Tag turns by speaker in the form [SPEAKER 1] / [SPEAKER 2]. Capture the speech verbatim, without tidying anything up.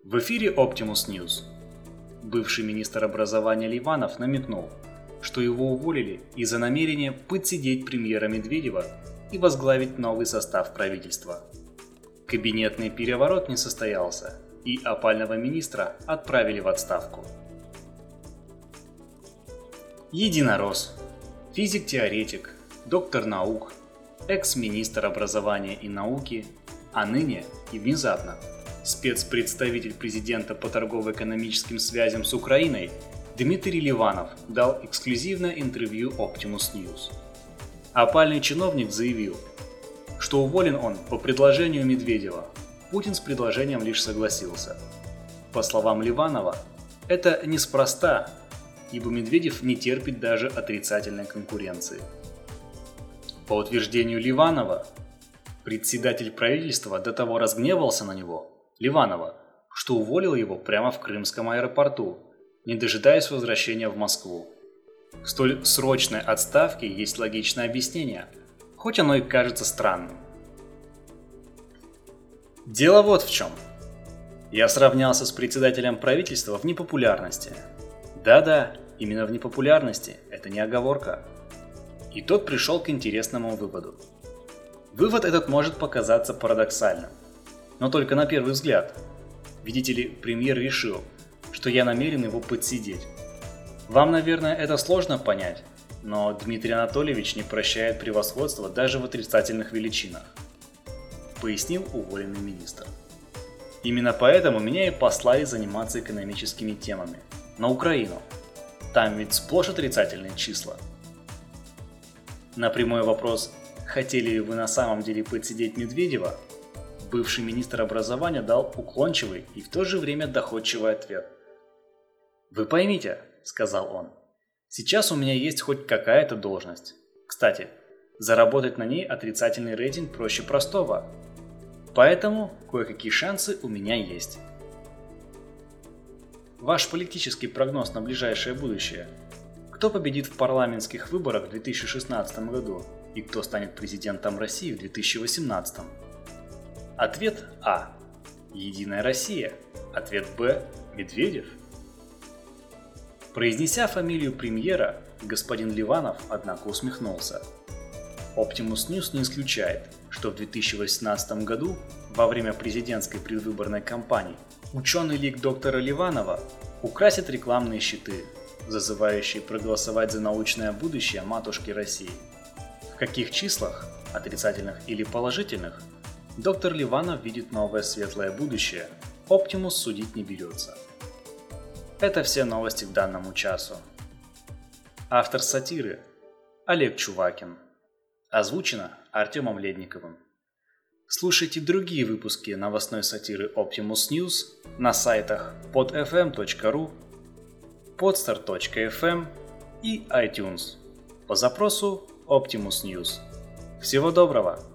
[SPEAKER 1] В эфире Optimus News. Бывший министр образования Ливанов намекнул, что его уволили из-за намерения подсидеть премьера Медведева и возглавить новый состав правительства. Кабинетный переворот не состоялся, и опального министра отправили в отставку. Единорос, физик-теоретик, доктор наук, экс-министр образования и науки, а ныне и внезапно спецпредставитель президента по торгово-экономическим связям с Украиной Дмитрий Ливанов дал эксклюзивное интервью Optimus News. Опальный чиновник заявил, что уволен он по предложению Медведева. Путин с предложением лишь согласился. По словам Ливанова, это неспроста, ибо Медведев не терпит даже отрицательной конкуренции. По утверждению Ливанова, председатель правительства до того разгневался на него, Ливанова, что уволил его прямо в Крымском аэропорту, не дожидаясь возвращения в Москву. В столь срочной отставке есть логичное объяснение, хоть оно и кажется странным. Дело вот в чем. Я сравнялся с председателем правительства в непопулярности. Да-да, именно в непопулярности, это не оговорка. И тот пришел к интересному выводу. Вывод этот может показаться парадоксальным, но только на первый взгляд. Видите ли, премьер решил, что я намерен его подсидеть. Вам, наверное, это сложно понять, но Дмитрий Анатольевич не прощает превосходства даже в отрицательных величинах, пояснил уволенный министр. Именно поэтому меня и послали заниматься экономическими темами. На Украину. Там ведь сплошь отрицательные числа. На прямой вопрос, хотели ли вы на самом деле подсидеть Медведева, бывший министр образования дал уклончивый и в то же время доходчивый ответ. «Вы поймите», — сказал он, — «сейчас у меня есть хоть какая-то должность. Кстати, заработать на ней отрицательный рейтинг проще простого. Поэтому кое-какие шансы у меня есть». Ваш политический прогноз на ближайшее будущее. Кто победит в парламентских выборах в две тысячи шестнадцатом году и кто станет президентом России в две тысячи восемнадцатом? Ответ А. Единая Россия. Ответ Б. Медведев. Произнеся фамилию премьера, господин Ливанов, однако, усмехнулся. Optimus News не исключает, что в две тысячи восемнадцатом году, во время президентской предвыборной кампании, ученый лик доктора Ливанова украсит рекламные щиты, зазывающие проголосовать за научное будущее матушки России. В каких числах, отрицательных или положительных, доктор Ливанов видит новое светлое будущее, Optimus судить не берется. Это все новости к данному часу. Автор сатиры – Олег Чувакин. Озвучено Артемом Ледниковым. Слушайте другие выпуски новостной сатиры Optimus News на сайтах под эф эм точка ру, подстар точка эф эм и iTunes по запросу Optimus News. Всего доброго!